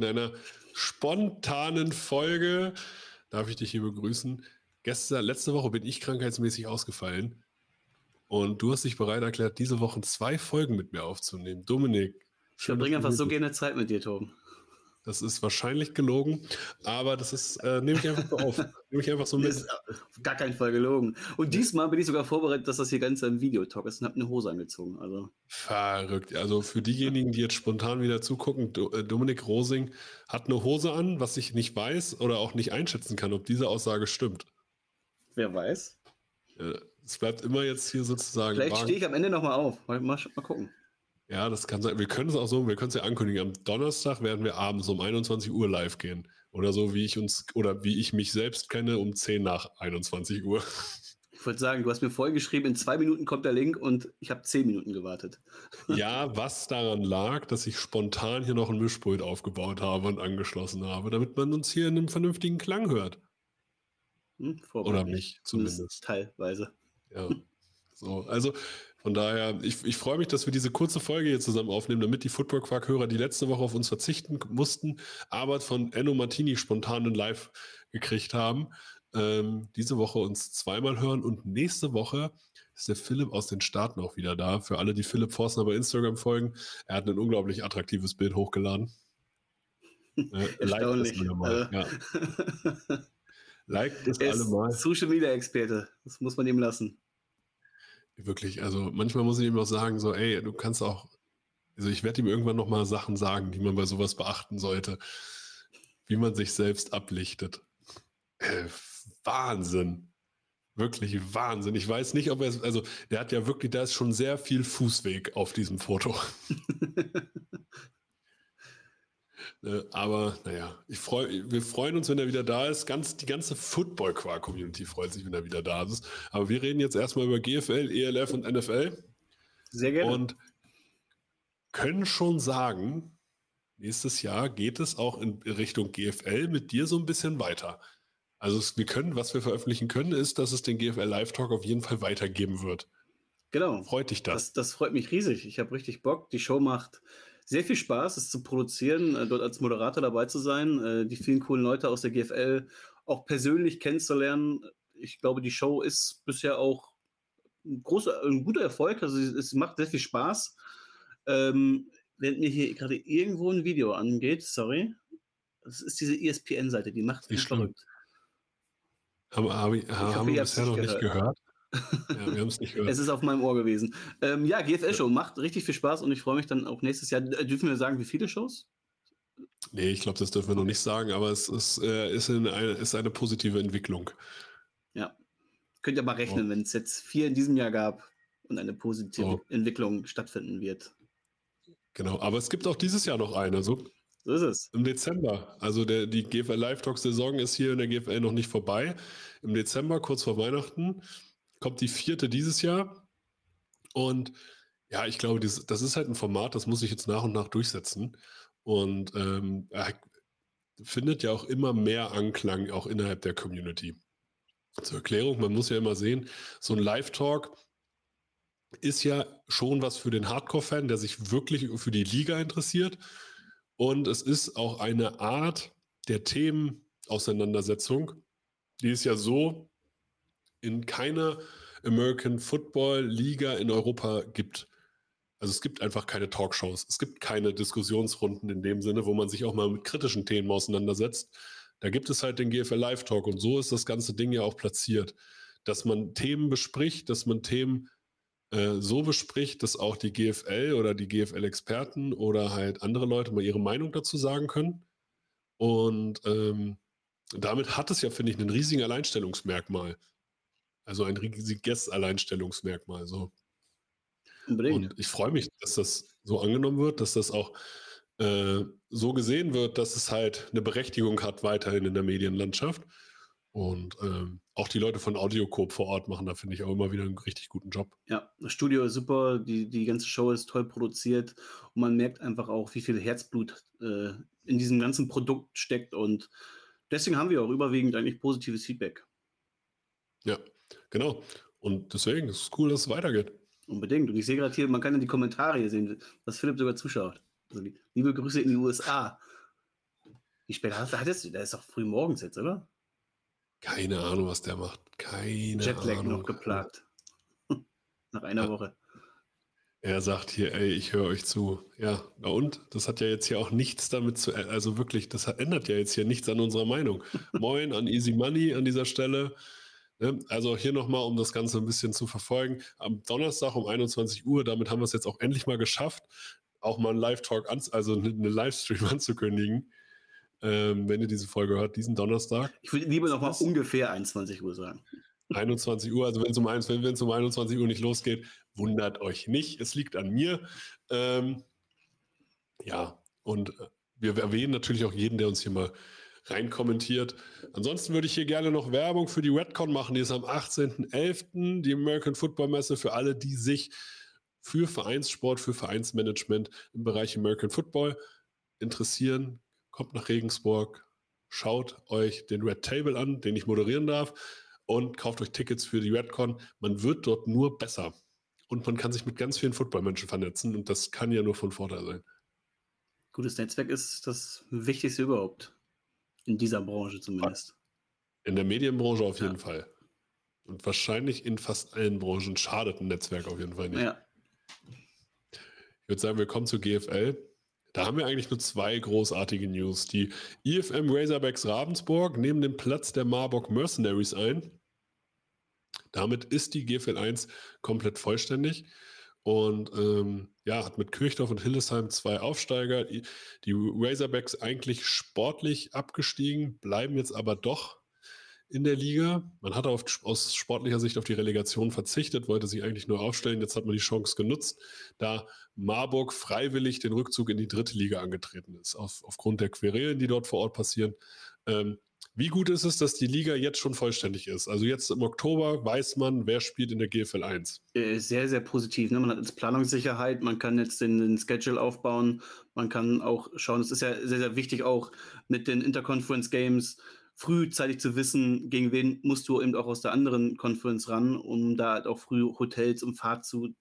in einer spontanen Folge. Darf ich dich hier begrüßen? Letzte Woche bin ich krankheitsmäßig ausgefallen und du hast dich bereit erklärt, diese Woche 2 Folgen mit mir aufzunehmen. Dominik. Ich verbringe einfach so gerne Zeit mit dir, Torben. Das ist wahrscheinlich gelogen, aber das ist, nehme ich einfach so auf. Nehme ich einfach so mit. Das ist auf gar keinen Fall gelogen. Und diesmal bin ich sogar vorbereitet, dass das hier ganz ein Videotalk ist und habe eine Hose angezogen. Also. Verrückt. Also für diejenigen, die jetzt spontan wieder zugucken, Dominik Rosing hat eine Hose an, was ich nicht weiß oder auch nicht einschätzen kann, ob diese Aussage stimmt. Wer weiß. Es bleibt immer jetzt hier sozusagen. Vielleicht stehe ich am Ende nochmal auf. Mal gucken. Ja, das kann sein. Wir können es auch so, wir können es ja ankündigen. Am Donnerstag werden wir abends um 21 Uhr live gehen. Oder so, wie ich mich selbst kenne, um 10 nach 21 Uhr. Ich wollte sagen, du hast mir vorhin geschrieben, in 2 Minuten kommt der Link und ich habe 10 Minuten gewartet. Ja, was daran lag, dass ich spontan hier noch ein Mischpult aufgebaut habe und angeschlossen habe, damit man uns hier in einem vernünftigen Klang hört. Oder mich zumindest. Teilweise. Ja. So, also von daher, ich freue mich, dass wir diese kurze Folge hier zusammen aufnehmen, damit die Football-Quark-Hörer, die letzte Woche auf uns verzichten mussten, aber von Enno Martini spontan und live gekriegt haben, diese Woche uns zweimal hören und nächste Woche ist der Philipp aus den Staaten auch wieder da. Für alle, die Philipp Forstner bei Instagram folgen, er hat ein unglaublich attraktives Bild hochgeladen. Erstaunlich. Liked es alle mal. Social Media Experte, das muss man ihm lassen. Wirklich, also manchmal muss ich ihm auch sagen, so, ey, du kannst auch, also ich werde ihm irgendwann nochmal Sachen sagen, die man bei sowas beachten sollte, wie man sich selbst ablichtet. Wahnsinn. Wirklich Wahnsinn. Ich weiß nicht, ob er, also der hat ja wirklich, da ist schon sehr viel Fußweg auf diesem Foto. Aber naja, wir freuen uns, wenn er wieder da ist. Die ganze Football-Quark-Community freut sich, wenn er wieder da ist. Aber wir reden jetzt erstmal über GFL, ELF und NFL. Sehr gerne. Und können schon sagen, nächstes Jahr geht es auch in Richtung GFL mit dir so ein bisschen weiter. Also was wir veröffentlichen können, ist, dass es den GFL Live Talk auf jeden Fall weitergeben wird. Genau. Freut dich das? Das freut mich riesig. Ich habe richtig Bock. Die Show macht sehr viel Spaß, es zu produzieren, dort als Moderator dabei zu sein, die vielen coolen Leute aus der GFL auch persönlich kennenzulernen. Ich glaube, die Show ist bisher auch ein guter Erfolg. Also es macht sehr viel Spaß. Wenn mir hier gerade irgendwo ein Video angeht, sorry, das ist diese ESPN-Seite, die macht mich verrückt. Haben wir bisher noch nicht gehört. Ja, wir haben es nicht gehört. Es ist auf meinem Ohr gewesen. Ja, GFL-Show macht richtig viel Spaß und ich freue mich dann auch nächstes Jahr. Dürfen wir sagen, wie viele Shows? Nee, ich glaube, das dürfen wir noch nicht sagen, aber es ist eine positive Entwicklung. Ja. Könnt ihr mal rechnen, wenn es jetzt 4 in diesem Jahr gab und eine positive Entwicklung stattfinden wird. Genau, aber es gibt auch dieses Jahr noch eine. So ist es. Im Dezember. Also die GFL Live Talk Saison ist hier in der GFL noch nicht vorbei. Im Dezember, kurz vor Weihnachten, kommt die 4. dieses Jahr. Und ja, ich glaube, das ist halt ein Format, das muss sich jetzt nach und nach durchsetzen. Und findet ja auch immer mehr Anklang auch innerhalb der Community. Zur Erklärung, man muss ja immer sehen, so ein Live-Talk ist ja schon was für den Hardcore-Fan, der sich wirklich für die Liga interessiert. Und es ist auch eine Art der Themenauseinandersetzung, die es ja so in keiner American Football Liga in Europa gibt. Also es gibt einfach keine Talkshows, es gibt keine Diskussionsrunden in dem Sinne, wo man sich auch mal mit kritischen Themen auseinandersetzt. Da gibt es halt den GFL Live Talk und so ist das ganze Ding ja auch platziert, dass man Themen bespricht, dass man Themen so bespricht, dass auch die GFL oder die GFL-Experten oder halt andere Leute mal ihre Meinung dazu sagen können. Und damit hat es ja, finde ich, einen riesigen Alleinstellungsmerkmal. Also ein riesiges Alleinstellungsmerkmal. So. Unbedingt. Und ich freue mich, dass das so angenommen wird, dass das auch so gesehen wird, dass es halt eine Berechtigung hat weiterhin in der Medienlandschaft. Und auch die Leute von Audiocoop vor Ort machen da, finde ich, auch immer wieder einen richtig guten Job. Ja, das Studio ist super, die ganze Show ist toll produziert und man merkt einfach auch, wie viel Herzblut in diesem ganzen Produkt steckt und deswegen haben wir auch überwiegend eigentlich positives Feedback. Ja, genau. Und deswegen ist es cool, dass es weitergeht. Unbedingt. Und ich sehe gerade hier, man kann in die Kommentare hier sehen, dass Philipp sogar zuschaut. Also liebe Grüße in die USA. Wie spät hattest du? Der ist doch früh morgens jetzt, oder? Keine Ahnung, was der macht. Keine Jetlag noch Ahnung. geplagt. Nach einer Ja, Woche. er sagt hier, ey, ich höre euch zu. Ja, na und? Das hat ja jetzt hier auch nichts damit zu, also wirklich, ändert ja jetzt hier nichts an unserer Meinung. Moin an Easy Money an dieser Stelle. Ne? Also hier nochmal, um das Ganze ein bisschen zu verfolgen. Am Donnerstag um 21 Uhr, damit haben wir es jetzt auch endlich mal geschafft, auch mal einen Live-Talk, also eine Livestream anzukündigen. Wenn ihr diese Folge hört, diesen Donnerstag. Ich würde lieber nochmal ungefähr 21 Uhr sagen. 21 Uhr, also wenn es um 21 Uhr nicht losgeht, wundert euch nicht, es liegt an mir. Ja, und wir erwähnen natürlich auch jeden, der uns hier mal rein kommentiert. Ansonsten würde ich hier gerne noch Werbung für die Redcon machen. Die ist am 18.11., die American Football Messe, für alle, die sich für Vereinssport, für Vereinsmanagement im Bereich American Football interessieren. Kommt nach Regensburg, schaut euch den Red Table an, den ich moderieren darf, und kauft euch Tickets für die Redcon. Man wird dort nur besser. Und man kann sich mit ganz vielen Footballmenschen vernetzen, und das kann ja nur von Vorteil sein. Gutes Netzwerk ist das Wichtigste überhaupt. In dieser Branche zumindest. In der Medienbranche auf jeden Fall. Und wahrscheinlich in fast allen Branchen schadet ein Netzwerk auf jeden Fall nicht. Ja. Ich würde sagen, wir kommen zur GFL. Da haben wir eigentlich nur zwei großartige News. Die IFM Razorbacks Ravensburg nehmen den Platz der Marburg Mercenaries ein. Damit ist die GFL 1 komplett vollständig und hat mit Kirchdorf und Hildesheim zwei Aufsteiger. Die Razorbacks eigentlich sportlich abgestiegen, bleiben jetzt aber doch in der Liga. Man hat aus sportlicher Sicht auf die Relegation verzichtet, wollte sich eigentlich nur aufstellen. Jetzt hat man die Chance genutzt, da Marburg freiwillig den Rückzug in die dritte Liga angetreten ist, aufgrund der Querelen, die dort vor Ort passieren. Wie gut ist es, dass die Liga jetzt schon vollständig ist? Also jetzt im Oktober weiß man, wer spielt in der GFL 1. Sehr, sehr positiv. Ne? Man hat jetzt Planungssicherheit, man kann jetzt den Schedule aufbauen, man kann auch schauen, es ist ja sehr, sehr wichtig auch mit den Interconference Games frühzeitig zu wissen, gegen wen musst du eben auch aus der anderen Conference ran, um da halt auch früh Hotels und Fahrt zu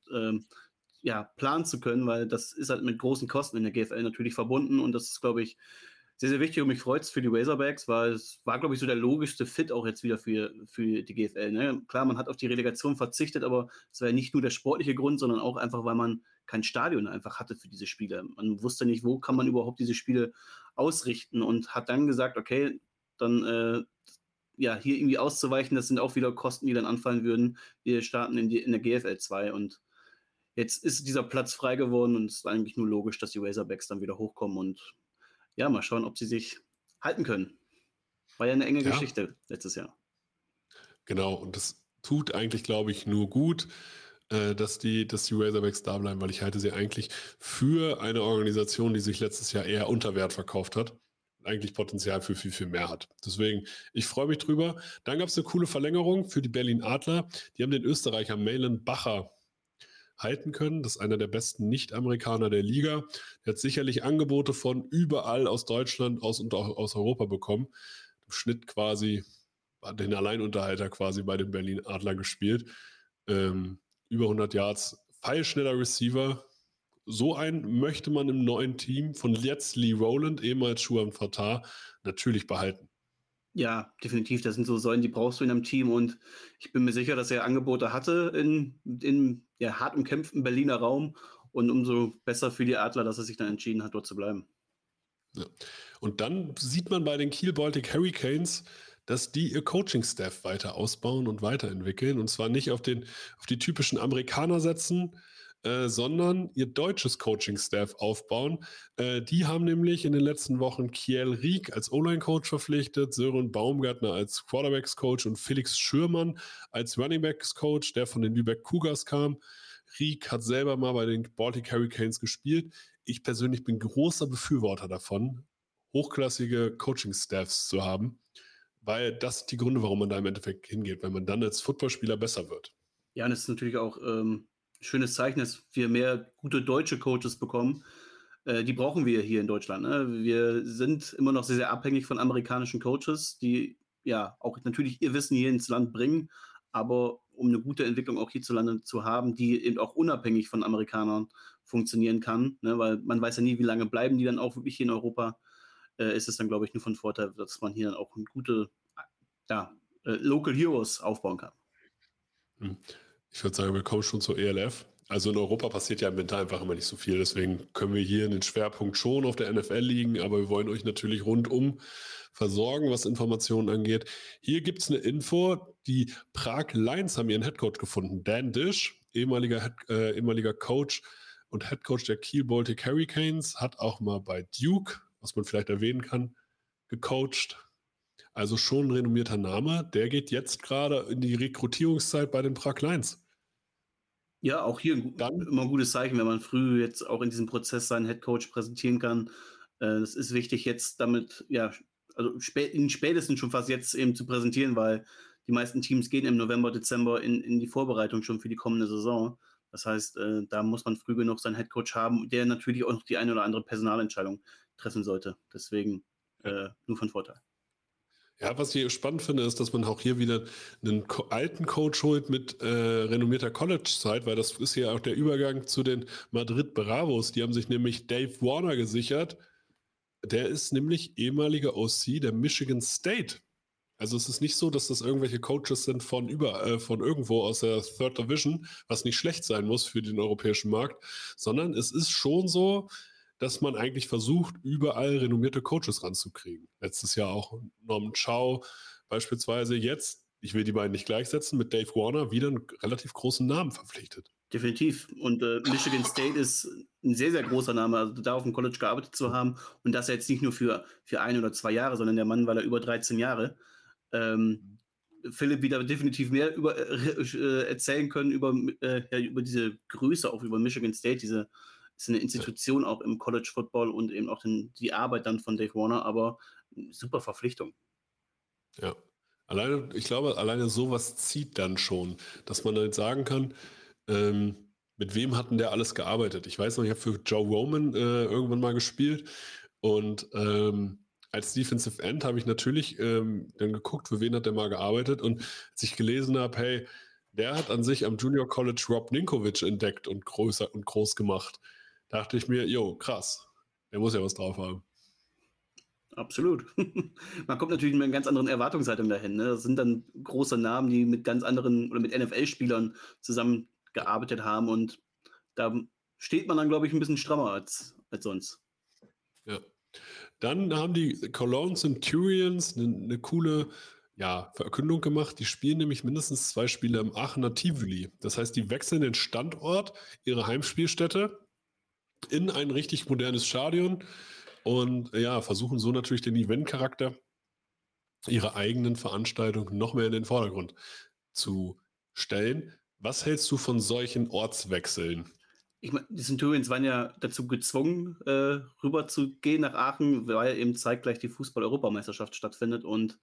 planen zu können, weil das ist halt mit großen Kosten in der GFL natürlich verbunden und das ist, glaube ich, sehr, sehr wichtig und mich freut es für die Razorbacks, weil es war, glaube ich, so der logischste Fit auch jetzt wieder für die GFL. Ne? Klar, man hat auf die Relegation verzichtet, aber es war ja nicht nur der sportliche Grund, sondern auch einfach, weil man kein Stadion einfach hatte für diese Spiele. Man wusste nicht, wo kann man überhaupt diese Spiele ausrichten und hat dann gesagt, okay, dann hier irgendwie auszuweichen, das sind auch wieder Kosten, die dann anfallen würden. Wir starten in der GFL 2 und jetzt ist dieser Platz frei geworden und es ist eigentlich nur logisch, dass die Razorbacks dann wieder hochkommen und ja, mal schauen, ob sie sich halten können. War ja eine enge Geschichte letztes Jahr. Genau, und das tut eigentlich, glaube ich, nur gut, dass die Razorbacks da bleiben, weil ich halte sie eigentlich für eine Organisation, die sich letztes Jahr eher unter Wert verkauft hat, eigentlich Potenzial für viel, viel mehr hat. Deswegen, ich freue mich drüber. Dann gab es eine coole Verlängerung für die Berlin Adler. Die haben den Österreicher Malin Bacher halten können. Das ist einer der besten Nicht-Amerikaner der Liga. Der hat sicherlich Angebote von überall aus Deutschland und auch aus Europa bekommen. Im Schnitt quasi den Alleinunterhalter quasi bei den Berlin Adler gespielt. Über 100 Yards, pfeilschneller Receiver. So einen möchte man im neuen Team von jetzt Lee Rowland, ehemals Shuam Fatah, natürlich behalten. Ja, definitiv. Das sind so Säulen, die brauchst du in einem Team und ich bin mir sicher, dass er Angebote hatte in hart umkämpften Berliner Raum und umso besser für die Adler, dass er sich dann entschieden hat, dort zu bleiben. Ja. Und dann sieht man bei den Kiel Baltic Hurricanes, dass die ihr Coaching-Staff weiter ausbauen und weiterentwickeln. Und zwar nicht auf die typischen Amerikaner setzen, sondern ihr deutsches Coaching-Staff aufbauen. Die haben nämlich in den letzten Wochen Kiel Rieck als O-Line-Coach verpflichtet, Sören Baumgartner als Quarterbacks-Coach und Felix Schürmann als Runningbacks-Coach, der von den Lübeck Cougars kam. Rieck hat selber mal bei den Baltic Hurricanes gespielt. Ich persönlich bin großer Befürworter davon, hochklassige Coaching-Staffs zu haben, weil das sind die Gründe, warum man da im Endeffekt hingeht, weil man dann als Footballspieler besser wird. Ja, und es ist natürlich auch ein schönes Zeichen, dass wir mehr gute deutsche Coaches bekommen. Die brauchen wir hier in Deutschland. Ne? Wir sind immer noch sehr, sehr abhängig von amerikanischen Coaches, die ja auch natürlich ihr Wissen hier ins Land bringen, aber um eine gute Entwicklung auch hierzulande zu haben, die eben auch unabhängig von Amerikanern funktionieren kann, ne? Weil man weiß ja nie, wie lange bleiben die dann auch wirklich hier in Europa. ist es dann, glaube ich, nur von Vorteil, dass man hier dann auch gute Local Heroes aufbauen kann. Ich würde sagen, wir kommen schon zur ELF. Also in Europa passiert ja im Winter einfach immer nicht so viel. Deswegen können wir hier den Schwerpunkt schon auf der NFL liegen, aber wir wollen euch natürlich rundum versorgen, was Informationen angeht. Hier gibt es eine Info. Die Prag Lions haben ihren Headcoach gefunden. Dan Dish, ehemaliger Coach und Headcoach der Kiel Baltic Hurricanes, hat auch mal bei Duke, was man vielleicht erwähnen kann, gecoacht. Also schon ein renommierter Name. Der geht jetzt gerade in die Rekrutierungszeit bei den Prag Lions. Ja, auch hier immer ein gutes Zeichen, wenn man früh jetzt auch in diesem Prozess seinen Headcoach präsentieren kann. Das ist wichtig, jetzt damit, also spätestens schon fast jetzt eben zu präsentieren, weil die meisten Teams gehen im November, Dezember in die Vorbereitung schon für die kommende Saison. Das heißt, da muss man früh genug seinen Headcoach haben, der natürlich auch noch die eine oder andere Personalentscheidung treffen sollte. Deswegen nur von Vorteil. Ja, was ich spannend finde, ist, dass man auch hier wieder einen alten Coach holt mit renommierter College-Zeit, weil das ist ja auch der Übergang zu den Madrid Bravos. Die haben sich nämlich Dave Warner gesichert. Der ist nämlich ehemaliger OC der Michigan State. Also es ist nicht so, dass das irgendwelche Coaches sind von irgendwo aus der Third Division, was nicht schlecht sein muss für den europäischen Markt, sondern es ist schon so, dass man eigentlich versucht, überall renommierte Coaches ranzukriegen. Letztes Jahr auch Norman Chow beispielsweise. Jetzt, ich will die beiden nicht gleichsetzen, mit Dave Warner wieder einen relativ großen Namen verpflichtet. Definitiv. Und Michigan State ist ein sehr, sehr großer Name, also da auf dem College gearbeitet zu haben. Und das jetzt nicht nur für 1 oder 2 Jahre, sondern der Mann war da über 13 Jahre. Philipp wieder definitiv mehr erzählen können über diese Größe, auch über Michigan State, ist eine Institution auch im College Football und eben auch die Arbeit dann von Dave Warner, aber super Verpflichtung. Ja, ich glaube, alleine sowas zieht dann schon, dass man dann sagen kann, mit wem hatten der alles gearbeitet? Ich weiß noch, ich habe für Joe Roman irgendwann mal gespielt und als Defensive End habe ich natürlich dann geguckt, für wen hat der mal gearbeitet, und als ich gelesen habe, hey, der hat an sich am Junior College Rob Ninkovich entdeckt und groß gemacht, dachte ich mir, jo, krass, der muss ja was drauf haben. Absolut. Man kommt natürlich mit einer ganz anderen Erwartungshaltung dahin. Ne? Das sind dann große Namen, die mit ganz anderen oder mit NFL-Spielern zusammengearbeitet haben, und da steht man dann, glaube ich, ein bisschen strammer als sonst. Ja. Dann haben die Cologne Centurions eine coole Verkündung gemacht. Die spielen nämlich mindestens 2 Spiele im Aachener Tivoli. Das heißt, die wechseln den Standort, ihre Heimspielstätte, in ein richtig modernes Stadion und versuchen so natürlich den Eventcharakter ihrer eigenen Veranstaltung noch mehr in den Vordergrund zu stellen. Was hältst du von solchen Ortswechseln? Ich meine, die Centurions waren ja dazu gezwungen, rüber zu gehen nach Aachen, weil eben zeitgleich die Fußball-Europameisterschaft stattfindet, und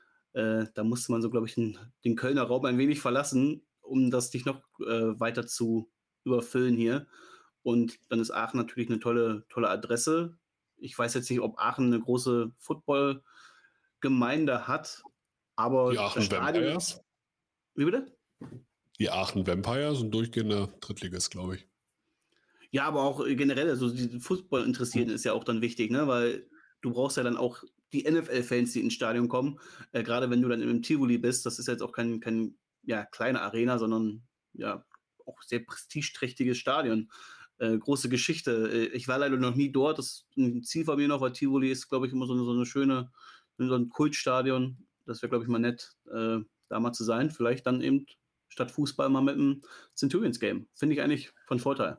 da musste man so, glaube ich, den Kölner Raum ein wenig verlassen, um das nicht noch weiter zu überfüllen hier. Und dann ist Aachen natürlich eine tolle Adresse. Ich weiß jetzt nicht, ob Aachen eine große Football-Gemeinde hat, aber die Aachen Vampires? Wie bitte? Die Aachen Vampires sind durchgehender Drittligist, glaube ich. Ja, aber auch generell, also die Fußball-Interessierten ist ja auch dann wichtig, ne? Weil du brauchst ja dann auch die NFL-Fans, die ins Stadion kommen. Gerade wenn du dann im Tivoli bist, das ist jetzt auch kein kleine Arena, sondern ja auch sehr prestigeträchtiges Stadion. Große Geschichte. Ich war leider noch nie dort. Das ist ein Ziel von mir noch, weil Tivoli ist, glaube ich, immer so eine schöne, so ein Kultstadion. Das wäre, glaube ich, mal nett, da mal zu sein. Vielleicht dann eben statt Fußball mal mit einem Centurions-Game. Finde ich eigentlich von Vorteil.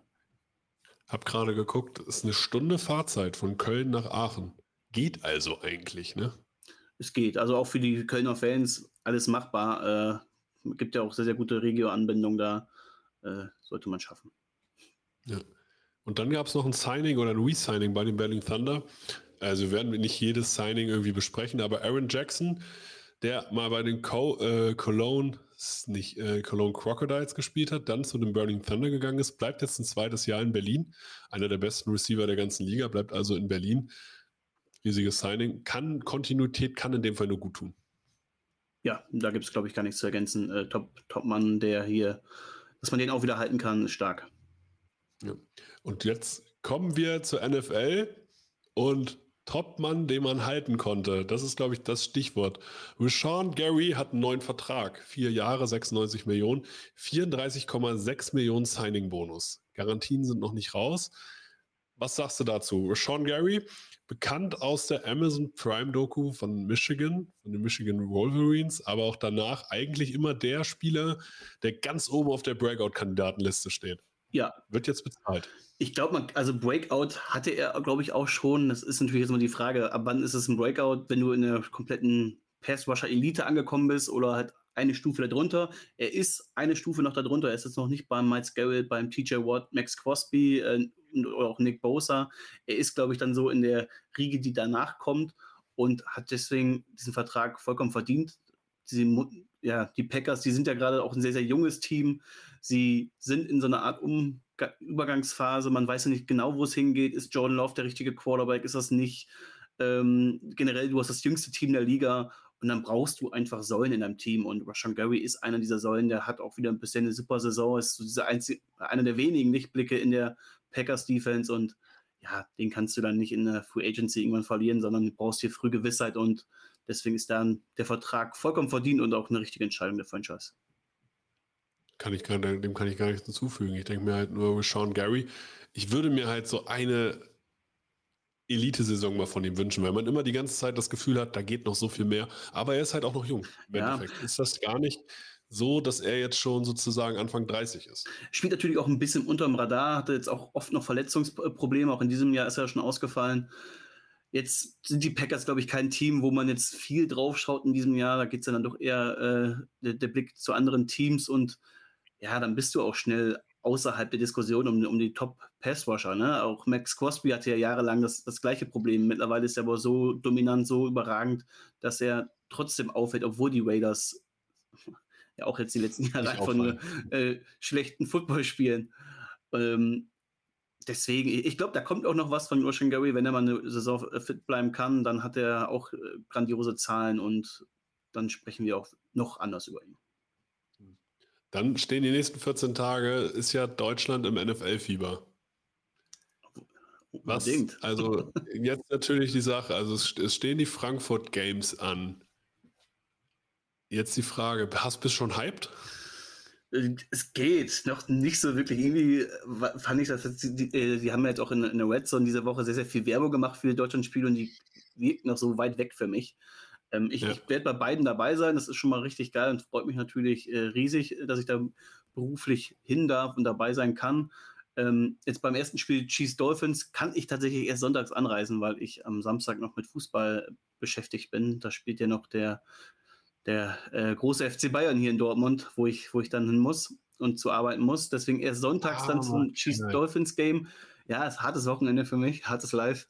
Hab gerade geguckt, ist 1 Stunde Fahrzeit von Köln nach Aachen. Geht also eigentlich, ne? Es geht. Also auch für die Kölner Fans alles machbar. Gibt ja auch sehr, sehr gute Regio-Anbindung da. Sollte man schaffen. Ja. Und dann gab es noch ein Signing oder ein Resigning bei den Berlin Thunder. Also werden wir nicht jedes Signing irgendwie besprechen, aber Aaron Jackson, der mal bei den Cologne Crocodiles gespielt hat, dann zu den Berlin Thunder gegangen ist, bleibt jetzt ein 2. Jahr in Berlin. Einer der besten Receiver der ganzen Liga, bleibt also in Berlin. Riesiges Signing. Kontinuität kann in dem Fall nur gut tun. Ja, da gibt es, glaube ich, gar nichts zu ergänzen. Top-Mann, der hier, dass man den auch wieder halten kann, ist stark. Ja. Und jetzt kommen wir zur NFL und Top-Mann, den man halten konnte. Das ist, glaube ich, das Stichwort. Rashawn Gary hat einen neuen Vertrag. 4 Jahre, 96 Millionen, 34,6 Millionen Signing-Bonus. Garantien sind noch nicht raus. Was sagst du dazu? Rashawn Gary, bekannt aus der Amazon Prime-Doku von Michigan, von den Michigan Wolverines, aber auch danach eigentlich immer der Spieler, der ganz oben auf der Breakout-Kandidatenliste steht. Ja. Wird jetzt bezahlt. Ich glaube, also Breakout hatte er, glaube ich, auch schon. Das ist natürlich jetzt mal die Frage, ab wann ist es ein Breakout, wenn du in der kompletten Pass-Rusher-Elite angekommen bist oder halt eine Stufe darunter. Er ist eine Stufe noch darunter. Er ist jetzt noch nicht beim Miles Garrett, beim TJ Watt, Max Crosby oder auch Nick Bosa. Er ist, glaube ich, dann so in der Riege, die danach kommt und hat deswegen diesen Vertrag vollkommen verdient. Die Packers, die sind ja gerade auch ein sehr, sehr junges Team. Sie sind in so einer Art Übergangsphase. Man weiß ja nicht genau, wo es hingeht. Ist Jordan Love der richtige Quarterback? Ist das nicht? Generell, du hast das jüngste Team der Liga und dann brauchst du einfach Säulen in deinem Team. Und Rashawn Gary ist einer dieser Säulen, der hat auch wieder ein bisschen eine super Saison. Ist so einer der wenigen Lichtblicke in der Packers-Defense. Und ja, den kannst du dann nicht in der Free Agency irgendwann verlieren, sondern du brauchst hier früh Gewissheit. Und deswegen ist dann der Vertrag vollkommen verdient und auch eine richtige Entscheidung der Franchise. Dem kann ich gar nichts hinzufügen. Ich denke mir halt nur, Rashawn Gary, ich würde mir halt so eine Elite-Saison mal von ihm wünschen, weil man immer die ganze Zeit das Gefühl hat, da geht noch so viel mehr. Aber er ist halt auch noch jung. Im Endeffekt ist das gar nicht so, dass er jetzt schon sozusagen Anfang 30 ist. Spielt natürlich auch ein bisschen unterm Radar, hatte jetzt auch oft noch Verletzungsprobleme. Auch in diesem Jahr ist er schon ausgefallen. Jetzt sind die Packers, glaube ich, kein Team, wo man jetzt viel drauf schaut in diesem Jahr. Da geht es dann doch eher der Blick zu anderen Teams und ja, dann bist du auch schnell außerhalb der Diskussion um die Top-Pass-Rusher. Ne? Auch Max Crosby hatte ja jahrelang das gleiche Problem. Mittlerweile ist er aber so dominant, so überragend, dass er trotzdem auffällt, obwohl die Raiders ja auch jetzt die letzten Jahre einfach nur schlechten Football spielen. Deswegen, ich glaube, da kommt auch noch was von Rashawn Gary. Wenn er mal eine Saison fit bleiben kann, dann hat er auch grandiose Zahlen und dann sprechen wir auch noch anders über ihn. Dann stehen die nächsten 14 Tage, ist ja Deutschland im NFL-Fieber. Was? Also jetzt natürlich die Sache, also es stehen die Frankfurt Games an. Jetzt die Frage, bist du schon hyped? Es geht, noch nicht so wirklich. Irgendwie fand ich das, die haben ja jetzt auch in der Red Zone diese Woche sehr, sehr viel Werbung gemacht für die Deutschlandspiele und die wirken noch so weit weg für mich. Ich werde bei beiden dabei sein, das ist schon mal richtig geil und freut mich natürlich riesig, dass ich da beruflich hin darf und dabei sein kann. Jetzt beim ersten Spiel Chiefs Dolphins kann ich tatsächlich erst sonntags anreisen, weil ich am Samstag noch mit Fußball beschäftigt bin. Da spielt ja noch der große FC Bayern hier in Dortmund, wo ich dann hin muss und zu arbeiten muss. Deswegen erst sonntags dann zum Chiefs Dolphins Game. Ja, es ist ein hartes Wochenende für mich, hartes Live.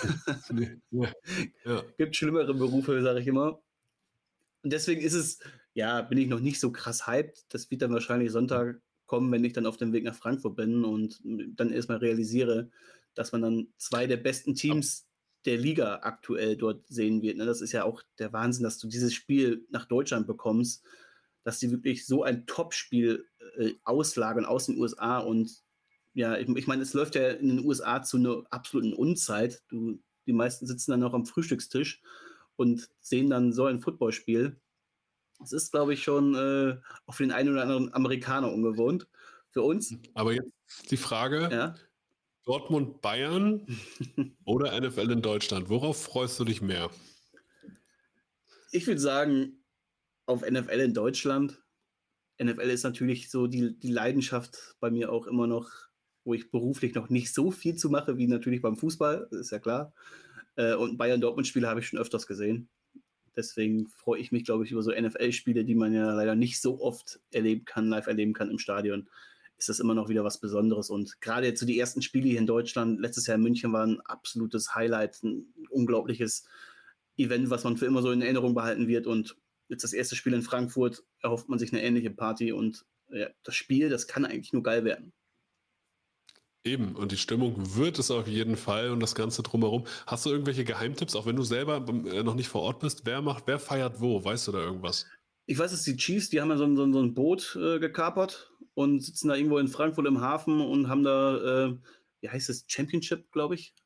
Gibt schlimmere Berufe, sage ich immer. Und deswegen bin ich noch nicht so krass hyped. Das wird dann wahrscheinlich Sonntag kommen, wenn ich dann auf dem Weg nach Frankfurt bin und dann erstmal realisiere, dass man dann zwei der besten Teams der Liga aktuell dort sehen wird. Das ist ja auch der Wahnsinn, dass du dieses Spiel nach Deutschland bekommst, dass die wirklich so ein Top-Spiel auslagern aus den USA und ja, ich meine, es läuft ja in den USA zu einer absoluten Unzeit. Die meisten sitzen dann noch am Frühstückstisch und sehen dann so ein Footballspiel. Das ist, glaube ich, schon auch für den einen oder anderen Amerikaner ungewohnt. Für uns. Aber jetzt die Frage, Dortmund, Bayern oder NFL in Deutschland? Worauf freust du dich mehr? Ich würde sagen, auf NFL in Deutschland. NFL ist natürlich so die Leidenschaft bei mir auch immer noch, wo ich beruflich noch nicht so viel zu mache, wie natürlich beim Fußball, das ist ja klar. Und Bayern-Dortmund-Spiele habe ich schon öfters gesehen. Deswegen freue ich mich, glaube ich, über so NFL-Spiele, die man ja leider nicht so oft live erleben kann im Stadion. Ist das immer noch wieder was Besonderes. Und gerade jetzt so die ersten Spiele hier in Deutschland, letztes Jahr in München, war ein absolutes Highlight, ein unglaubliches Event, was man für immer so in Erinnerung behalten wird. Und jetzt das erste Spiel in Frankfurt, erhofft man sich eine ähnliche Party. Und das Spiel, das kann eigentlich nur geil werden. Eben, und die Stimmung wird es auf jeden Fall und das Ganze drumherum. Hast du irgendwelche Geheimtipps, auch wenn du selber noch nicht vor Ort bist? Wer feiert wo? Weißt du da irgendwas? Ich weiß, dass die Chiefs, die haben ja so ein Boot gekapert und sitzen da irgendwo in Frankfurt im Hafen und haben da, wie heißt das, Championship, glaube ich,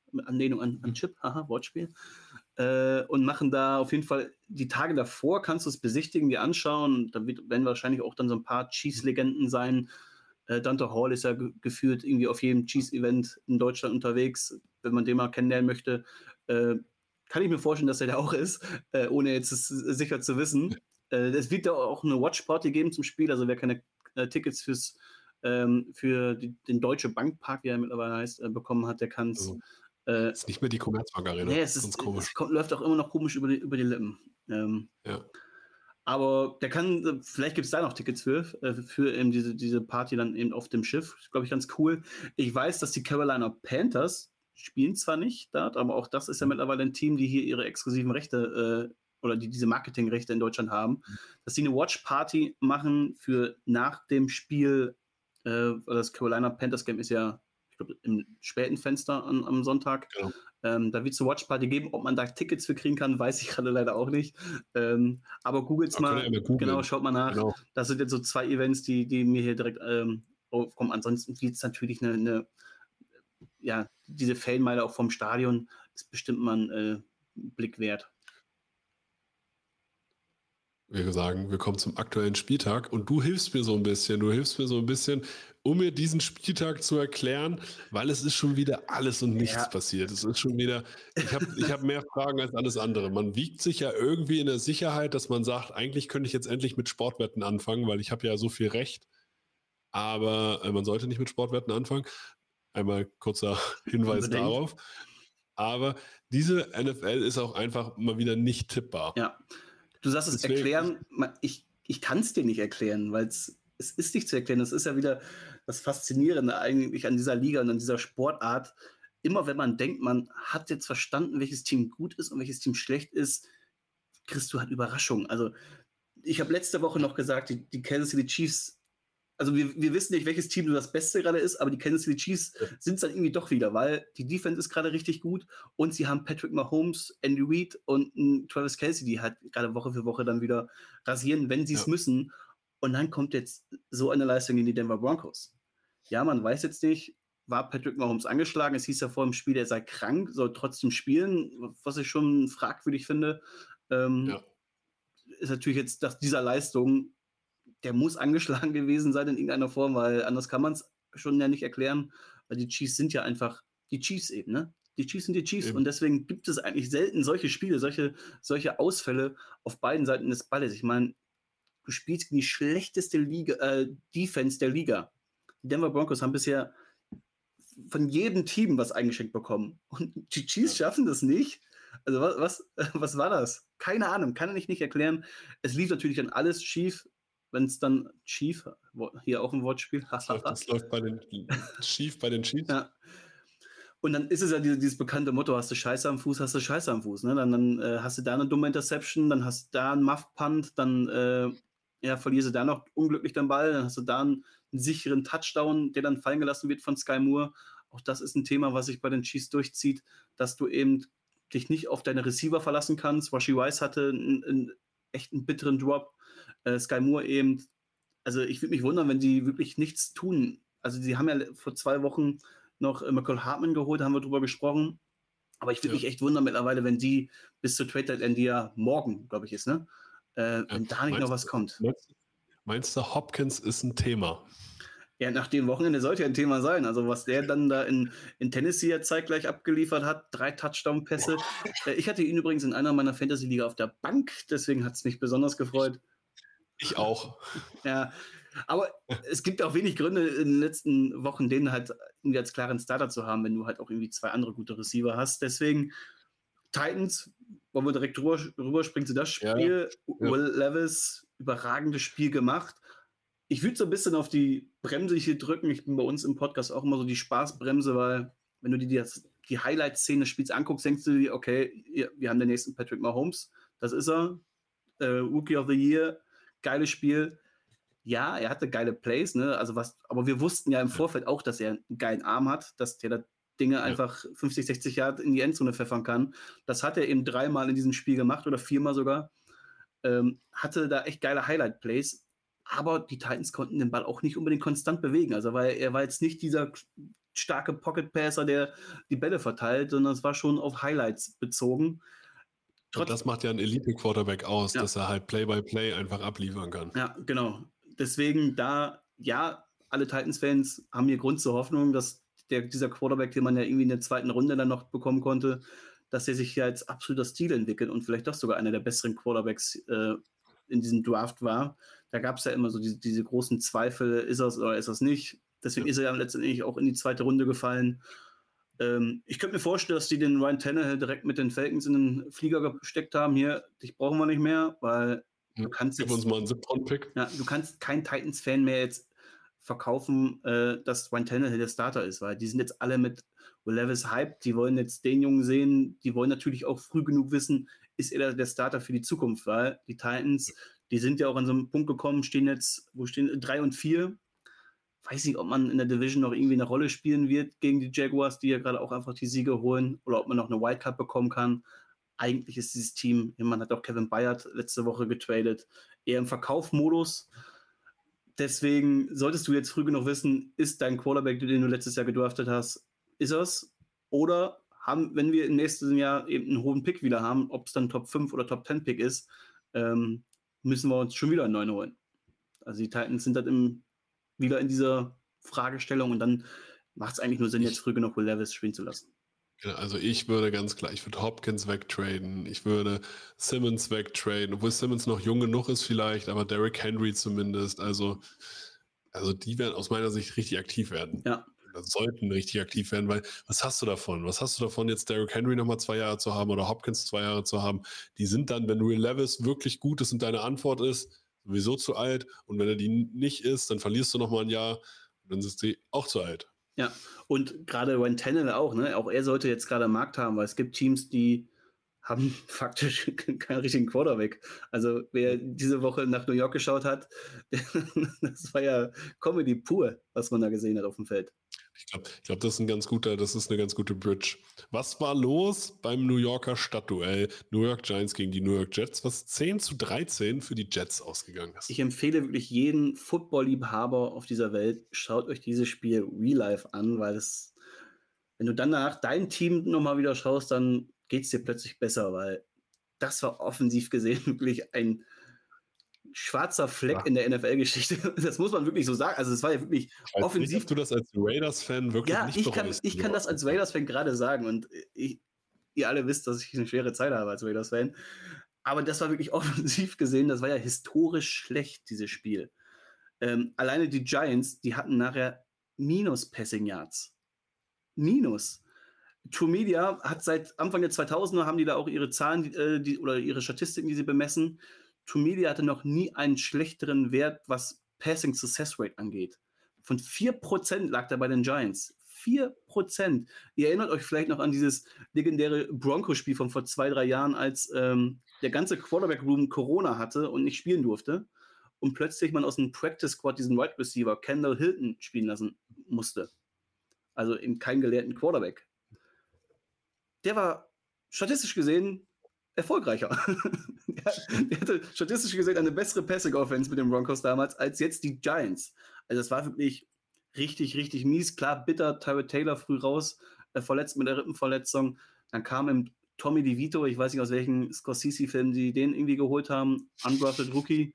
mit Anlehnung an Chip, haha, Wortspiel. Und machen da auf jeden Fall die Tage davor, kannst du es besichtigen, dir anschauen. Da werden wahrscheinlich auch dann so ein paar Chiefs-Legenden sein. Dante Hall ist ja gefühlt irgendwie auf jedem Chiefs-Event in Deutschland unterwegs. Wenn man den mal kennenlernen möchte, kann ich mir vorstellen, dass er da auch ist, ohne jetzt es sicher zu wissen. Es wird da auch eine Watch-Party geben zum Spiel, also wer keine Tickets für den Deutsche Bankpark, wie er mittlerweile heißt, bekommen hat, der kann es. Also, ist nicht mehr die Commerzbank Arena. Nee, Ganz komisch. läuft auch immer noch komisch über die Lippen. Ja. Aber der kann, vielleicht gibt es da noch Tickets für eben diese Party dann eben auf dem Schiff. Das ist, glaube ich, ganz cool. Ich weiß, dass die Carolina Panthers spielen zwar nicht dort, aber auch das ist ja mittlerweile ein Team, die hier ihre exklusiven Rechte oder die diese Marketingrechte in Deutschland haben, dass sie eine Watch-Party machen für nach dem Spiel. Das Carolina Panthers Game ist ja, ich glaube, im späten Fenster am Sonntag. Genau. Da wird es eine Watch-Party geben. Ob man da Tickets für kriegen kann, weiß ich gerade leider auch nicht. Aber googelt mal. Genau, schaut mal nach. Genau. Das sind jetzt so 2 Events, die mir hier direkt aufkommen. Ansonsten gibt es natürlich diese Fanmeile auch vom Stadion ist bestimmt mal ein Blick wert. Wir sagen, wir kommen zum aktuellen Spieltag und du hilfst mir so ein bisschen, um mir diesen Spieltag zu erklären, weil es ist schon wieder alles und nichts passiert. Es ist schon wieder, ich hab mehr Fragen als alles andere. Man wiegt sich ja irgendwie in der Sicherheit, dass man sagt, eigentlich könnte ich jetzt endlich mit Sportwetten anfangen, weil ich habe ja so viel Recht, aber man sollte nicht mit Sportwetten anfangen. Einmal kurzer Hinweis darauf. Aber diese NFL ist auch einfach mal wieder nicht tippbar. Ja. Du sagst es erklären, ich kann es dir nicht erklären, weil es ist nicht zu erklären. Das ist ja wieder das Faszinierende eigentlich an dieser Liga und an dieser Sportart. Immer wenn man denkt, man hat jetzt verstanden, welches Team gut ist und welches Team schlecht ist, kriegst du halt Überraschungen. Also ich habe letzte Woche noch gesagt, die Kansas City Chiefs, also wir wissen nicht, welches Team das Beste gerade ist, aber die Kansas City Chiefs sind es dann irgendwie doch wieder, weil die Defense ist gerade richtig gut und sie haben Patrick Mahomes, Andy Reid und Travis Kelce, die halt gerade Woche für Woche dann wieder rasieren, wenn sie es müssen. Und dann kommt jetzt so eine Leistung gegen die Denver Broncos. Ja, man weiß jetzt nicht, war Patrick Mahomes angeschlagen? Es hieß ja vor dem Spiel, er sei krank, soll trotzdem spielen, was ich schon fragwürdig finde. Ist natürlich jetzt nach dieser Leistung, der muss angeschlagen gewesen sein in irgendeiner Form, weil anders kann man es schon ja nicht erklären, weil die Chiefs sind ja einfach die Chiefs eben, ne? Die Chiefs sind die Chiefs und deswegen gibt es eigentlich selten solche Spiele, solche Ausfälle auf beiden Seiten des Balles. Ich meine, du spielst die schlechteste Defense der Liga. Die Denver Broncos haben bisher von jedem Team was eingeschenkt bekommen und die Chiefs schaffen das nicht. Also was war das? Keine Ahnung, kann ich nicht erklären. Es lief natürlich dann alles schief. Wenn es dann schief, hier auch ein Wortspiel. Das läuft bei den Chiefs. Ja. Und dann ist es ja dieses bekannte Motto, hast du Scheiße am Fuß, hast du Scheiße am Fuß. Ne? Dann hast du da eine dumme Interception, dann hast du da einen Muff-Punt, dann verlierst du da noch unglücklich den Ball, dann hast du da einen sicheren Touchdown, der dann fallen gelassen wird von Sky Moore. Auch das ist ein Thema, was sich bei den Chiefs durchzieht, dass du eben dich nicht auf deine Receiver verlassen kannst. Rashee Rice hatte einen echten bitteren Drop. Sky Moore eben, also ich würde mich wundern, wenn die wirklich nichts tun. Also sie haben ja vor 2 Wochen noch Michael Hartman geholt, haben wir drüber gesprochen. Aber ich würde mich echt wundern mittlerweile, wenn die bis zur Trade Deadline, die ja morgen, glaube ich, ist, ne? Wenn da nicht noch was kommt. Meinst du, Hopkins ist ein Thema? Ja, nach dem Wochenende sollte ja ein Thema sein. Also was der dann da in Tennessee ja zeitgleich abgeliefert hat, 3 Touchdown-Pässe. Ich hatte ihn übrigens in einer meiner Fantasy-Liga auf der Bank, deswegen hat es mich besonders gefreut. Ich auch. Ja, aber es gibt auch wenig Gründe in den letzten Wochen, den halt irgendwie als klaren Starter zu haben, wenn du halt auch irgendwie 2 andere gute Receiver hast. Deswegen Titans, wollen wir direkt rüberspringen zu das Spiel. Will Levis, überragendes Spiel gemacht. Ich würde so ein bisschen auf die Bremse hier drücken. Ich bin bei uns im Podcast auch immer so die Spaßbremse, weil wenn du dir die Highlight-Szene des Spiels anguckst, denkst du dir, okay, wir haben den nächsten Patrick Mahomes. Das ist er. Rookie of the Year. Geiles Spiel. Ja, er hatte geile Plays, ne? Aber wir wussten ja im Vorfeld auch, dass er einen geilen Arm hat, dass der da Dinge einfach 50, 60 Yard in die Endzone pfeffern kann. Das hat er eben 3-mal in diesem Spiel gemacht oder 4-mal sogar. Hatte da echt geile Highlight-Plays, aber die Titans konnten den Ball auch nicht unbedingt konstant bewegen. Also weil er war jetzt nicht dieser starke Pocket-Passer, der die Bälle verteilt, sondern es war schon auf Highlights bezogen. Und das macht ja ein Elite-Quarterback aus, Ja. dass er halt Play-by-Play einfach abliefern kann. Ja, genau. Deswegen alle Titans-Fans haben hier Grund zur Hoffnung, dass dieser Quarterback, den man ja irgendwie in der zweiten Runde dann noch bekommen konnte, dass er sich ja als absoluter Stil entwickelt und vielleicht doch sogar einer der besseren Quarterbacks in diesem Draft war. Da gab es ja immer so diese großen Zweifel, ist er es oder ist er es nicht. Deswegen ist er ja letztendlich auch in die zweite Runde gefallen. Ich könnte mir vorstellen, dass die den Ryan Tannehill direkt mit den Falcons in den Flieger gesteckt haben. Hier, dich brauchen wir nicht mehr, weil du kannst Gib uns mal einen 7-Round-Pick. Ja, du kannst kein Titans-Fan mehr jetzt verkaufen, dass Ryan Tannehill der Starter ist, weil die sind jetzt alle mit Will Levis hyped, die wollen jetzt den Jungen sehen, die wollen natürlich auch früh genug wissen, ist er der Starter für die Zukunft, weil die Titans, die sind ja auch an so einem Punkt gekommen, stehen 3 und 4. Weiß nicht, ob man in der Division noch irgendwie eine Rolle spielen wird gegen die Jaguars, die ja gerade auch einfach die Siege holen, oder ob man noch eine Wildcard bekommen kann. Eigentlich ist dieses Team, man hat auch Kevin Byard letzte Woche getradet, eher im Verkaufmodus. Deswegen solltest du jetzt früh genug wissen, ist dein Quarterback, den du letztes Jahr gedraftet hast, ist es? Oder wenn wir im nächsten Jahr eben einen hohen Pick wieder haben, ob es dann Top 5 oder Top 10 Pick ist, müssen wir uns schon wieder einen neuen holen. Also die Titans sind dann wieder in dieser Fragestellung und dann macht es eigentlich nur Sinn, jetzt früh genug Will Levis spielen zu lassen. Ja, also ich würde Hopkins wegtraden, ich würde Simmons wegtraden, obwohl Simmons noch jung genug ist vielleicht, aber Derrick Henry zumindest, also die werden aus meiner Sicht richtig aktiv werden. Ja. Oder sollten richtig aktiv werden, weil was hast du davon? Was hast du davon, jetzt Derrick Henry nochmal 2 Jahre zu haben oder Hopkins 2 Jahre zu haben? Die sind dann, wenn Will Levis wirklich gut ist und deine Antwort ist, sowieso zu alt, und wenn er die nicht ist, dann verlierst du nochmal ein Jahr und dann sind sie auch zu alt. Ja, und gerade Ryan Tannehill auch, ne? Auch er sollte jetzt gerade am Markt haben, weil es gibt Teams, die haben faktisch keinen richtigen Quarterback. Also wer diese Woche nach New York geschaut hat, das war ja Comedy pur, was man da gesehen hat auf dem Feld. Ich glaube, das ist eine ganz gute Bridge. Was war los beim New Yorker Stadtduell? New York Giants gegen die New York Jets, was 10-13 für die Jets ausgegangen ist. Ich empfehle wirklich jeden Football-Liebhaber auf dieser Welt, schaut euch dieses Spiel real life an, weil wenn du danach dein Team nochmal wieder schaust, dann geht es dir plötzlich besser, weil das war offensiv gesehen wirklich ein schwarzer Fleck in der NFL-Geschichte. Das muss man wirklich so sagen. Also es war ja wirklich offensiv. Nicht, ob du das als Raiders-Fan wirklich nicht bereust. Ich kann das als Raiders-Fan gerade sagen und ihr alle wisst, dass ich eine schwere Zeit habe als Raiders-Fan. Aber das war wirklich offensiv gesehen, das war ja historisch schlecht, dieses Spiel. Alleine die Giants, die hatten nachher -Passing-Yards. Minus. True Media hat seit Anfang der 2000er, haben die da auch ihre Zahlen oder ihre Statistiken, die sie bemessen. True Media hatte noch nie einen schlechteren Wert, was Passing Success Rate angeht. Von 4% lag da bei den Giants. 4%. Ihr erinnert euch vielleicht noch an dieses legendäre Broncos-Spiel von vor 2-3 Jahren, als der ganze Quarterback-Room Corona hatte und nicht spielen durfte und plötzlich man aus dem Practice-Squad diesen Wide Receiver Kendall Hilton spielen lassen musste. Also eben keinen gelehrten Quarterback. Der war statistisch gesehen erfolgreicher. der hatte statistisch gesehen eine bessere Passing-Offense mit den Broncos damals als jetzt die Giants. Also es war wirklich richtig, richtig mies. Klar, bitter, Tyrod Taylor früh raus, verletzt mit der Rippenverletzung. Dann kam im Tommy DeVito, ich weiß nicht, aus welchem Scorsese-Film die den irgendwie geholt haben, Undrafted Rookie.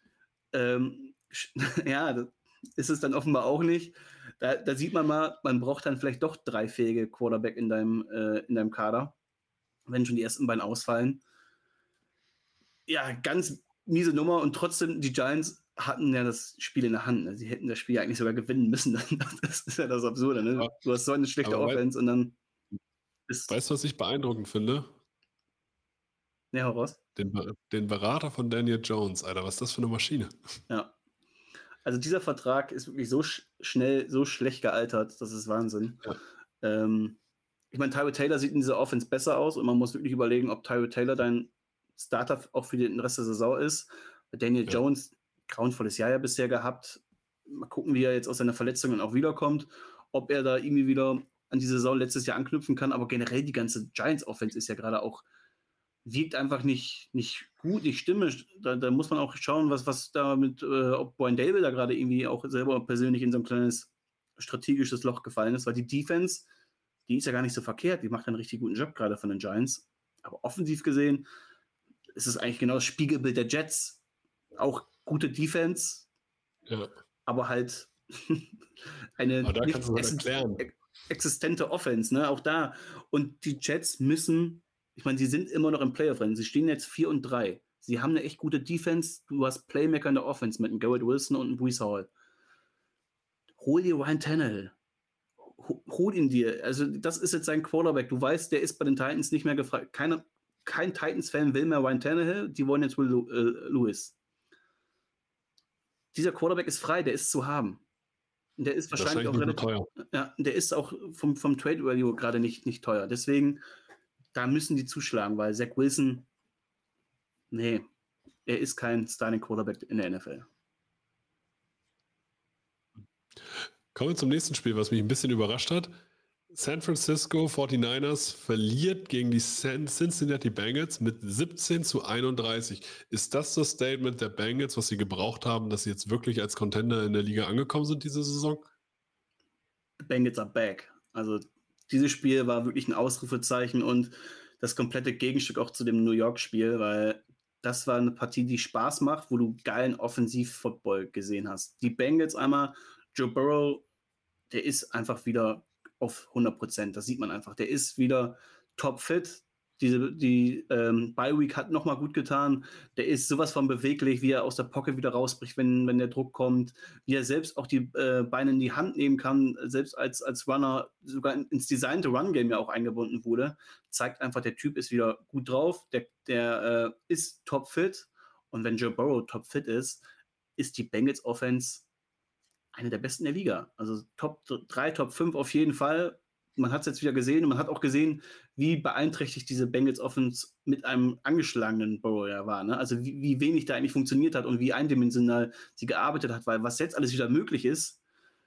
Ja, das ist es dann offenbar auch nicht. Da sieht man mal, man braucht dann vielleicht doch 3 fähige Quarterback in deinem Kader, wenn schon die ersten beiden ausfallen. Ja, ganz miese Nummer und trotzdem, die Giants hatten ja das Spiel in der Hand. Sie hätten das Spiel ja eigentlich sogar gewinnen müssen. Das ist ja das Absurde. Ne? Ja, du hast so eine schlechte Offense und dann Weißt du, was ich beeindruckend finde? Ja, hau raus. Den Berater von Daniel Jones, Alter, was ist das für eine Maschine? Ja. Also dieser Vertrag ist wirklich so schnell, so schlecht gealtert, das ist Wahnsinn. Ja. Ich meine, Tyrod Taylor sieht in dieser Offense besser aus und man muss wirklich überlegen, ob Tyrod Taylor dein Starter auch für den Rest der Saison ist. Daniel Jones, grauenvolles Jahr ja bisher gehabt. Mal gucken, wie er jetzt aus seiner Verletzung auch wiederkommt. Ob er da irgendwie wieder an die Saison letztes Jahr anknüpfen kann. Aber generell die ganze Giants-Offense ist ja gerade auch, wirkt einfach nicht gut, nicht stimmig. Da muss man auch schauen, was da mit, ob Brian Dable da gerade irgendwie auch selber persönlich in so ein kleines strategisches Loch gefallen ist, weil die Defense, die ist ja gar nicht so verkehrt, die macht einen richtig guten Job gerade von den Giants. Aber offensiv gesehen ist es eigentlich genau das Spiegelbild der Jets. Auch gute Defense, Ja. aber halt eine Aber da nicht kannst du es halt erklären. existente Offense, ne? Auch da. Und die Jets müssen, ich meine, sie sind immer noch im Playoff-Rennen. Sie stehen jetzt 4-3. Sie haben eine echt gute Defense. Du hast Playmaker in der Offense mit einem Garrett Wilson und einem Breece Hall. Hol dir Ryan Tannehill. Hol ihn dir. Also, das ist jetzt sein Quarterback. Du weißt, der ist bei den Titans nicht mehr gefragt. Kein Titans-Fan will mehr Ryan Tannehill. Die wollen jetzt Will Lewis. Dieser Quarterback ist frei, der ist zu haben. Der ist wahrscheinlich auch relativ teuer. Ja, der ist auch vom Trade Value gerade nicht teuer. Deswegen, da müssen die zuschlagen, weil Zach Wilson, nee, er ist kein Starting Quarterback in der NFL. Kommen wir zum nächsten Spiel, was mich ein bisschen überrascht hat. San Francisco 49ers verliert gegen die Cincinnati Bengals mit 17-31. Ist das Statement der Bengals, was sie gebraucht haben, dass sie jetzt wirklich als Contender in der Liga angekommen sind diese Saison? The Bengals are back. Also dieses Spiel war wirklich ein Ausrufezeichen und das komplette Gegenstück auch zu dem New York-Spiel, weil das war eine Partie, die Spaß macht, wo du geilen Offensiv-Football gesehen hast. Die Bengals einmal, Joe Burrow, der ist einfach wieder auf 100%. Das sieht man einfach. Der ist wieder topfit. Die Bye-Week hat nochmal gut getan. Der ist sowas von beweglich, wie er aus der Pocket wieder rausbricht, wenn der Druck kommt. Wie er selbst auch die Beine in die Hand nehmen kann, selbst als Runner sogar ins designte Run-Game ja auch eingebunden wurde. Zeigt einfach, der Typ ist wieder gut drauf. Der ist topfit. Und wenn Joe Burrow topfit ist die Bengals Offense eine der besten der Liga. Also Top 3, Top 5 auf jeden Fall. Man hat es jetzt wieder gesehen und man hat auch gesehen, wie beeinträchtigt diese Bengals Offense mit einem angeschlagenen Burrow ja war. Ne? Also wie wenig da eigentlich funktioniert hat und wie eindimensional sie gearbeitet hat, weil was jetzt alles wieder möglich ist,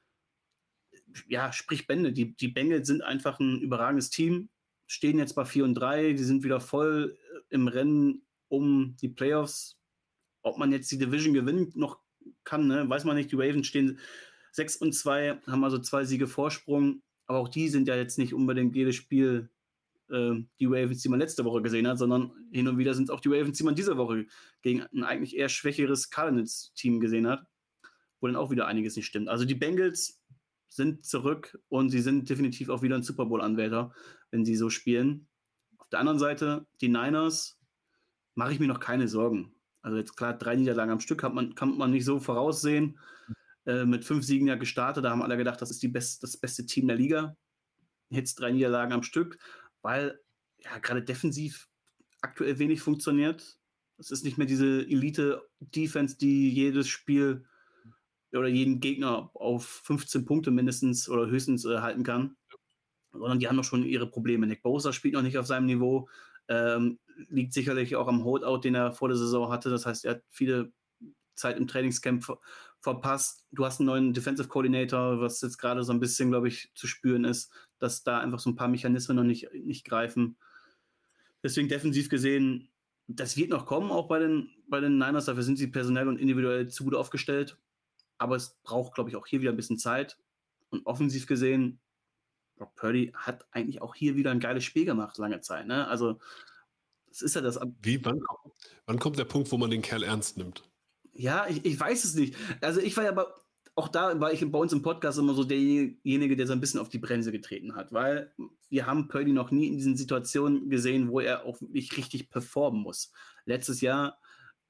ja, sprich Bände. Die Bengals sind einfach ein überragendes Team, stehen jetzt bei 4-3, die sind wieder voll im Rennen um die Playoffs. Ob man jetzt die Division gewinnen noch kann, ne? Weiß man nicht. Die Ravens stehen 6-2, haben also 2 Siege Vorsprung. Aber auch die sind ja jetzt nicht unbedingt jedes Spiel die Ravens, die man letzte Woche gesehen hat, sondern hin und wieder sind es auch die Ravens, die man diese Woche gegen ein eigentlich eher schwächeres Cardinals-Team gesehen hat, wo dann auch wieder einiges nicht stimmt. Also die Bengals sind zurück und sie sind definitiv auch wieder ein Super Bowl-Anwärter, wenn sie so spielen. Auf der anderen Seite, die Niners, mache ich mir noch keine Sorgen. Also jetzt klar, 3 Niederlagen am Stück kann man nicht so voraussehen. Mit 5 Siegen ja gestartet, da haben alle gedacht, das ist das beste Team der Liga. Jetzt 3 Niederlagen am Stück, weil ja gerade defensiv aktuell wenig funktioniert. Es ist nicht mehr diese Elite-Defense, die jedes Spiel oder jeden Gegner auf 15 Punkte mindestens oder höchstens halten kann, sondern die haben doch schon ihre Probleme. Nick Bosa spielt noch nicht auf seinem Niveau, liegt sicherlich auch am Holdout, den er vor der Saison hatte. Das heißt, er hat viele Zeit im Trainingscamp verpasst. Du hast einen neuen Defensive Coordinator, was jetzt gerade so ein bisschen, glaube ich, zu spüren ist, dass da einfach so ein paar Mechanismen noch nicht greifen. Deswegen defensiv gesehen, das wird noch kommen, auch bei den Niners. Dafür sind sie personell und individuell zu gut aufgestellt. Aber es braucht, glaube ich, auch hier wieder ein bisschen Zeit. Und offensiv gesehen, Brock Purdy hat eigentlich auch hier wieder ein geiles Spiel gemacht, lange Zeit. Ne? Also, das ist ja das. Wann kommt der Punkt, wo man den Kerl ernst nimmt? Ja, ich weiß es nicht. Also, ich war ja auch da war ich bei uns im Podcast immer so derjenige, der so ein bisschen auf die Bremse getreten hat, weil wir haben Purdy noch nie in diesen Situationen gesehen, wo er auch wirklich richtig performen muss. Letztes Jahr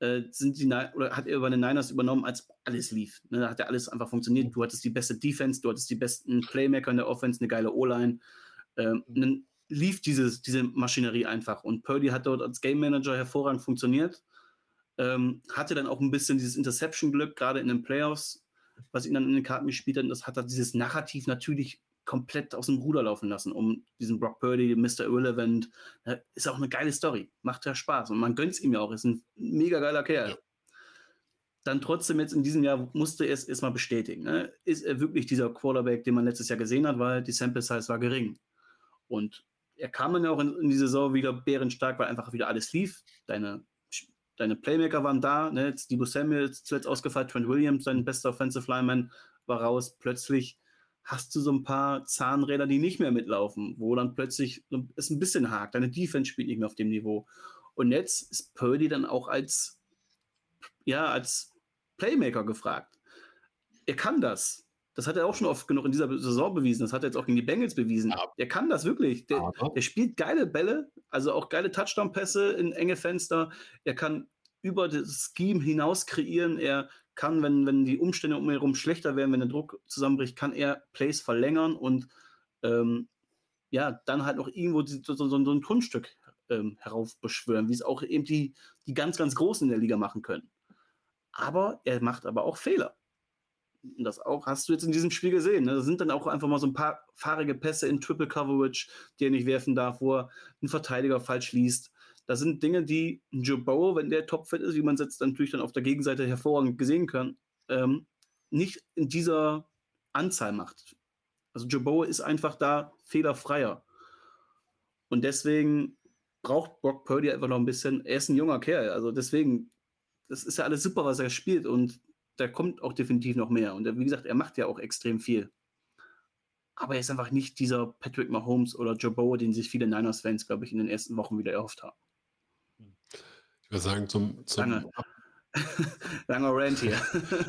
hat er über den Niners übernommen, als alles lief. Ne, da hat ja alles einfach funktioniert. Du hattest die beste Defense, du hattest die besten Playmaker in der Offense, eine geile O-Line. Dann lief diese Maschinerie einfach. Und Purdy hat dort als Game Manager hervorragend funktioniert. Hatte dann auch ein bisschen dieses Interception-Glück, gerade in den Playoffs, was ihn dann in den Karten gespielt hat. Und das hat er dieses Narrativ natürlich komplett aus dem Ruder laufen lassen, um diesen Brock Purdy, Mr. Irrelevant. Ist auch eine geile Story. Macht ja Spaß. Und man gönnt es ihm ja auch. Ist ein mega geiler Kerl. Ja. Dann trotzdem jetzt in diesem Jahr musste er es erstmal bestätigen. Ne? Ist er wirklich dieser Quarterback, den man letztes Jahr gesehen hat, weil die Sample Size war gering. Und er kam dann ja auch in die Saison wieder bärenstark, weil einfach wieder alles lief. Deine Playmaker waren da, ne? Deebo Samuel zuletzt ausgefallen, Trent Williams, sein bester Offensive Lineman, war raus. Plötzlich hast du so ein paar Zahnräder, die nicht mehr mitlaufen, wo dann plötzlich es ein bisschen hakt. Deine Defense spielt nicht mehr auf dem Niveau. Und jetzt ist Purdy dann auch als Playmaker gefragt. Er kann das. Das hat er auch schon oft genug in dieser Saison bewiesen. Das hat er jetzt auch gegen die Bengals bewiesen. Ja. Er kann das wirklich. Der spielt geile Bälle, also auch geile Touchdown-Pässe in enge Fenster. Er kann über das Scheme hinaus kreieren. Er kann, wenn die Umstände um ihn herum schlechter werden, wenn der Druck zusammenbricht, kann er Plays verlängern und dann halt noch irgendwo so ein Kunststück heraufbeschwören, wie es auch eben die ganz, ganz Großen in der Liga machen können. Aber er macht aber auch Fehler. Und das auch hast du jetzt in diesem Spiel gesehen. Ne? Da sind dann auch einfach mal so ein paar fahrige Pässe in Triple Coverage, die er nicht werfen darf, wo er einen Verteidiger falsch liest. Das sind Dinge, die Joe Burrow, wenn der topfit ist, wie man es jetzt natürlich dann auf der Gegenseite hervorragend gesehen kann, nicht in dieser Anzahl macht. Also Joe Burrow ist einfach da fehlerfreier. Und deswegen braucht Brock Purdy einfach noch ein bisschen. Er ist ein junger Kerl, also deswegen, das ist ja alles super, was er spielt und da kommt auch definitiv noch mehr. Und wie gesagt, er macht ja auch extrem viel. Aber er ist einfach nicht dieser Patrick Mahomes oder Joe Burrow, den sich viele Niners-Fans, glaube ich, in den ersten Wochen wieder erhofft haben. Ich würde sagen, langer Rant hier.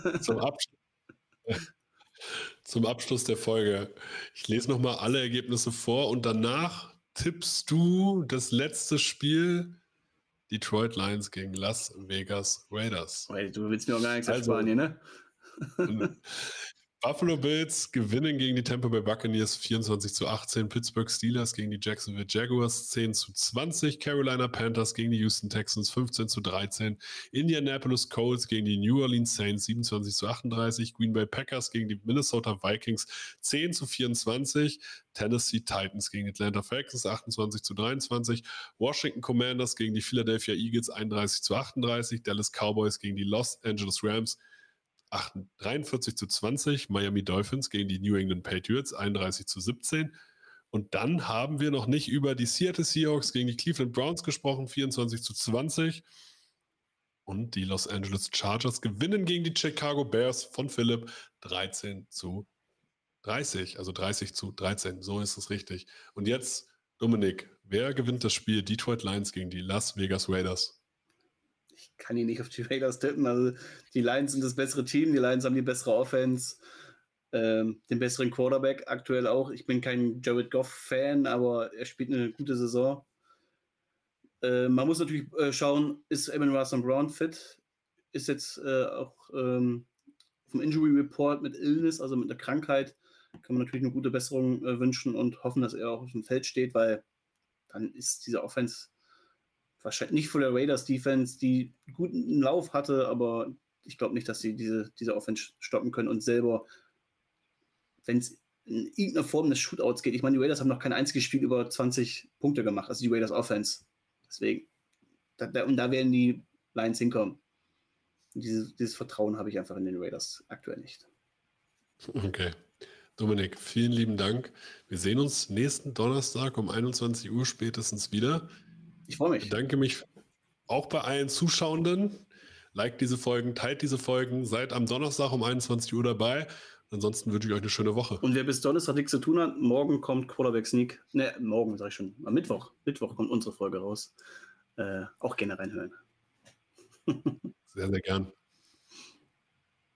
Zum Abschluss der Folge. Ich lese nochmal alle Ergebnisse vor und danach tippst du das letzte Spiel Detroit Lions gegen Las Vegas Raiders. Du willst mir auch gar nichts ersparen hier, ne? Buffalo Bills gewinnen gegen die Tampa Bay Buccaneers 24-18, Pittsburgh Steelers gegen die Jacksonville Jaguars 10-20, Carolina Panthers gegen die Houston Texans 15-13, Indianapolis Colts gegen die New Orleans Saints 27-38, Green Bay Packers gegen die Minnesota Vikings 10-24, Tennessee Titans gegen Atlanta Falcons 28-23, Washington Commanders gegen die Philadelphia Eagles 31-38, Dallas Cowboys gegen die Los Angeles Rams 43-20, Miami Dolphins gegen die New England Patriots 31-17. Und dann haben wir noch nicht über die Seattle Seahawks gegen die Cleveland Browns gesprochen, 24-20. Und die Los Angeles Chargers gewinnen gegen die Chicago Bears von Philipp 13-30, also 30-13. So ist es richtig. Und jetzt, Dominik, wer gewinnt das Spiel Detroit Lions gegen die Las Vegas Raiders? Ich kann hier nicht auf die Raiders tippen. Also die Lions sind das bessere Team. Die Lions haben die bessere Offense, den besseren Quarterback aktuell auch. Ich bin kein Jared Goff-Fan, aber er spielt eine gute Saison. Man muss natürlich schauen, ist Amon-Ra St. Brown fit? Ist jetzt auch vom Injury Report mit Illness, also mit einer Krankheit, kann man natürlich eine gute Besserung wünschen und hoffen, dass er auch auf dem Feld steht, weil dann ist diese Offense wahrscheinlich nicht von der Raiders Defense, die einen guten Lauf hatte, aber ich glaube nicht, dass sie diese Offense stoppen können und selber, wenn es in irgendeiner Form des Shootouts geht. Ich meine, die Raiders haben noch kein einziges Spiel über 20 Punkte gemacht, also die Raiders Offense. Deswegen, da werden die Lions hinkommen. Und dieses Vertrauen habe ich einfach in den Raiders aktuell nicht. Okay. Dominik, vielen lieben Dank. Wir sehen uns nächsten Donnerstag um 21 Uhr spätestens wieder. Ich freue mich. Ich bedanke mich auch bei allen Zuschauenden. Liked diese Folgen, teilt diese Folgen, seid am Donnerstag um 21 Uhr dabei. Ansonsten wünsche ich euch eine schöne Woche. Und wer bis Donnerstag nichts zu tun hat, morgen kommt Quarterback Sneak. Ne, morgen sage ich schon. Am Mittwoch. Mittwoch kommt unsere Folge raus. Auch gerne reinhören. Sehr, sehr gern.